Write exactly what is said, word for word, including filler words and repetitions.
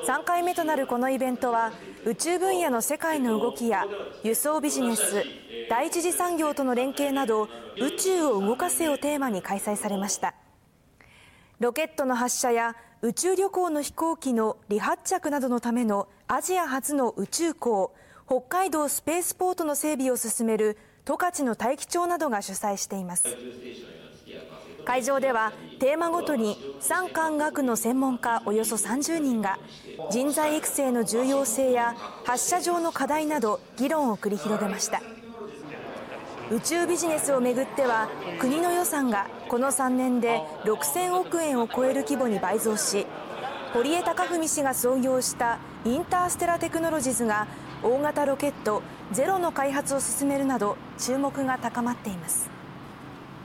さんかいめとなるこのイベントは、宇宙分野の世界の動きや輸送ビジネス、第一次産業との連携など、宇宙を動かせをテーマに開催されました。ロケットの発射や宇宙旅行の飛行機の離発着などのためのアジア初の宇宙港、北海道スペースポートの整備を進める十勝の大樹町などが主催しています。会場ではテーマごとに産官学の専門家およそさんじゅうにんが人材育成の重要性や発射場の課題など議論を繰り広げました。宇宙ビジネスをめぐっては、国の予算がこのさんねんでろくせんおくえんを超える規模に倍増し、堀江貴文氏が創業したインターステラテクノロジズが大型ロケットゼロの開発を進めるなど注目が高まっています。